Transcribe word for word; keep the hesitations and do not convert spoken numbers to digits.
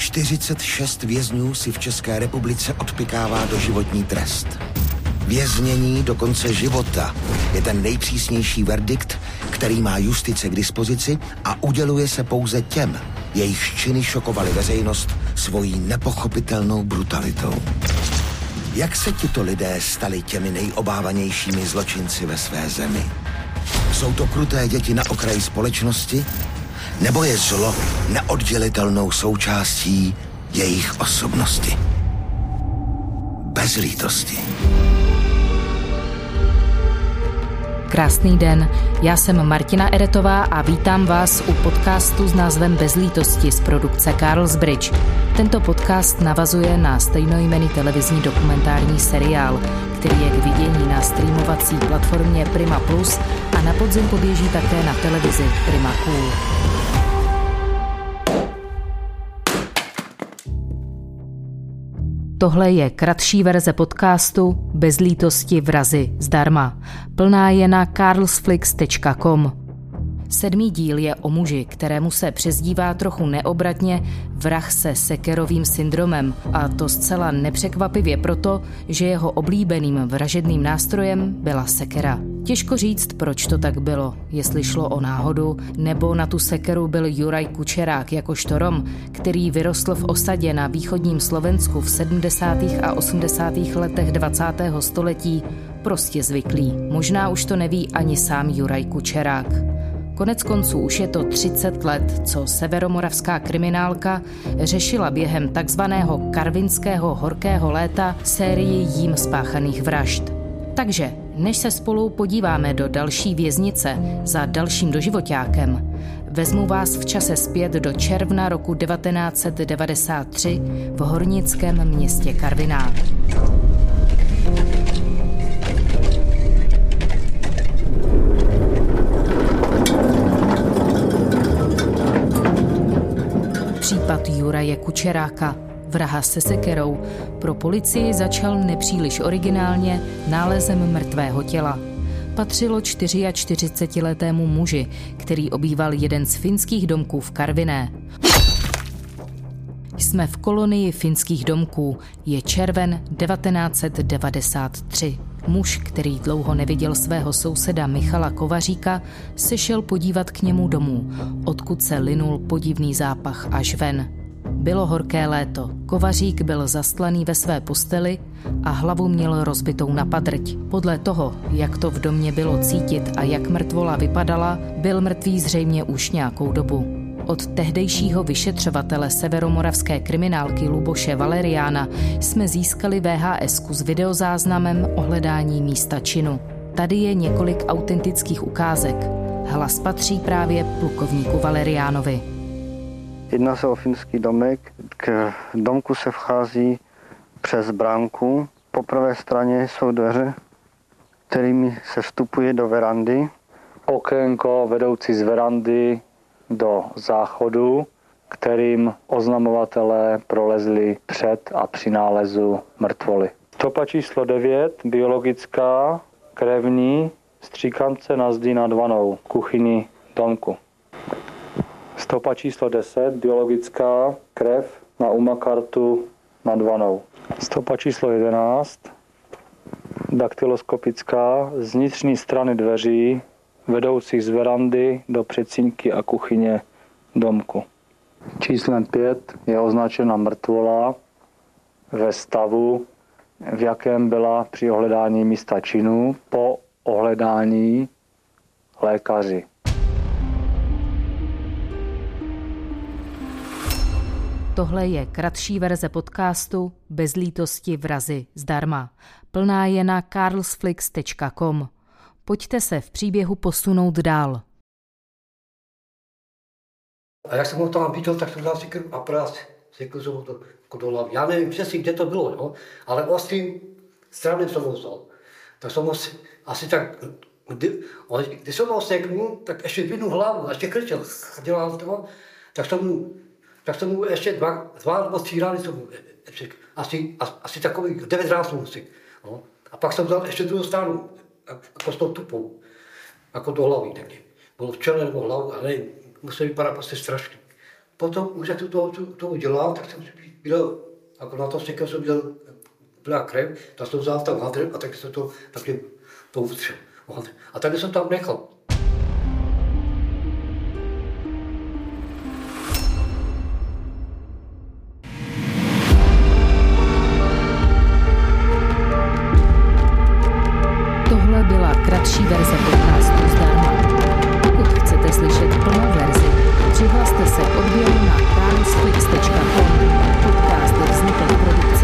čtyřicet šest vězňů si v České republice odpykává doživotní trest. Věznění do konce života je ten nejpřísnější verdikt, který má justice k dispozici a uděluje se pouze těm, jejichž činy šokovaly veřejnost svojí nepochopitelnou brutalitou. Jak se tito lidé stali těmi nejobávanějšími zločinci ve své zemi? Jsou to kruté děti na okraji společnosti? Nebo je zlo neoddělitelnou součástí jejich osobnosti? Bez lítosti. Krásný den, já jsem Martina Eretová a vítám vás u podcastu s názvem Bez lítosti z produkce Carlsbridge. Tento podcast navazuje na stejnojmenný televizní dokumentární seriál, který je k vidění na streamovací platformě Prima Plus a na podzim poběží také na televizi Prima Cool. Tohle je kratší verze podcastu Bez lítosti vrazi zdarma. Plná je na carlsflix tečka com. Sedmý díl je o muži, kterému se přezdívá trochu neobratně vrah se sekerovým syndromem, a to zcela nepřekvapivě proto, že jeho oblíbeným vražedným nástrojem byla sekera. Těžko říct, proč to tak bylo, jestli šlo o náhodu, nebo na tu sekeru byl Juraj Kučerák jakožto Rom, který vyrostl v osadě na východním Slovensku v sedmdesátých a osmdesátých letech dvacátého století, prostě zvyklý. Možná už to neví ani sám Juraj Kučerák. Konec konců už je to třicet let, co severomoravská kriminálka řešila během takzvaného karvinského horkého léta sérii jím spáchaných vražd. Takže, než se spolu podíváme do další věznice za dalším doživoťákem, vezmu vás v čase zpět do června roku devatenáct set devadesát tři v hornickém městě Karviná. Případ Juraje Kučeráka, vraha se sekerou, pro policii začal nepříliš originálně nálezem mrtvého těla. Patřilo čtyřiačtyřicetiletému muži, který obýval jeden z finských domků v Karviné. Jsme v kolonii finských domků, je červen devatenáct set devadesát tři. Muž, který dlouho neviděl svého souseda Michala Kovaříka, se šel podívat k němu domů, odkud se linul podivný zápach až ven. Bylo horké léto, Kovařík byl zastlaný ve své posteli a hlavu měl rozbitou na padrť. Podle toho, jak to v domě bylo cítit a jak mrtvola vypadala, byl mrtvý zřejmě už nějakou dobu. Od tehdejšího vyšetřovatele severomoravské kriminálky Luboše Valeriána jsme získali vé há esku s videozáznamem o hledání místa činu. Tady je několik autentických ukázek. Hlas patří právě plukovníku Valeriánovi. Jedná se o finský domek. K domku se vchází přes bránku. Po pravé straně jsou dveře, kterými se vstupuje do verandy. Okénko vedoucí z verandy do záchodu, kterým oznamovatelé prolezli před a při nálezu mrtvoly. Stopa číslo devět, biologická, krevní, stříkance na zdi nad vanou, kuchyni domku. Stopa číslo deset, biologická, krev na umakartu nad vanou. Stopa číslo jedenáct, daktyloskopická, z vnitřní strany dveří, vedoucích z verandy do předsíňky a kuchyně domku. Číslem pět je označena mrtvola ve stavu, v jakém byla při ohledání místa činu po ohledání lékaři. Tohle je kratší verze podcastu Bez lítosti vrazi zdarma. Plná je na carlsflix tečka com. Pojďte se v příběhu posunout dál. A jak jsem ho tam viděl, tak jsem dal sekeru a prás sekeru jsem ho to jako do hlavy. Já nevím přesně, kde to bylo, jo? Ale vlastně stranou jsem ho vzal. Tak jsem ho asi tak, kdy, když jsem ho seknul, tak ještě vyhnul hlavu a ještě krčel. Dělal to, tak jsem mu, tak jsem mu ještě dva, dva nebo tři rány jsem mu asi, asi takových devět rán jsem mu sekl. No? A pak jsem vzal ještě druhou stranu. Jako s tou tupou, jako do hlavy někdy. Bylo v čele nebo hlavu, ale musí vypadat prostě strašně. potom už jak to, to, to, to udělal, tak jsem si byl, jako na to stěkel jsem měl byla krev, tak jsem vzal tam hadr a tak jsem to taky poutřel. A tady jsem tam nechal. Tohle byla kratší verze podcastu zdarma. Pokud chcete slyšet plnou verzi, přihlaste se k odběru na karlsflix tečka com. Podcast vznikl v produkci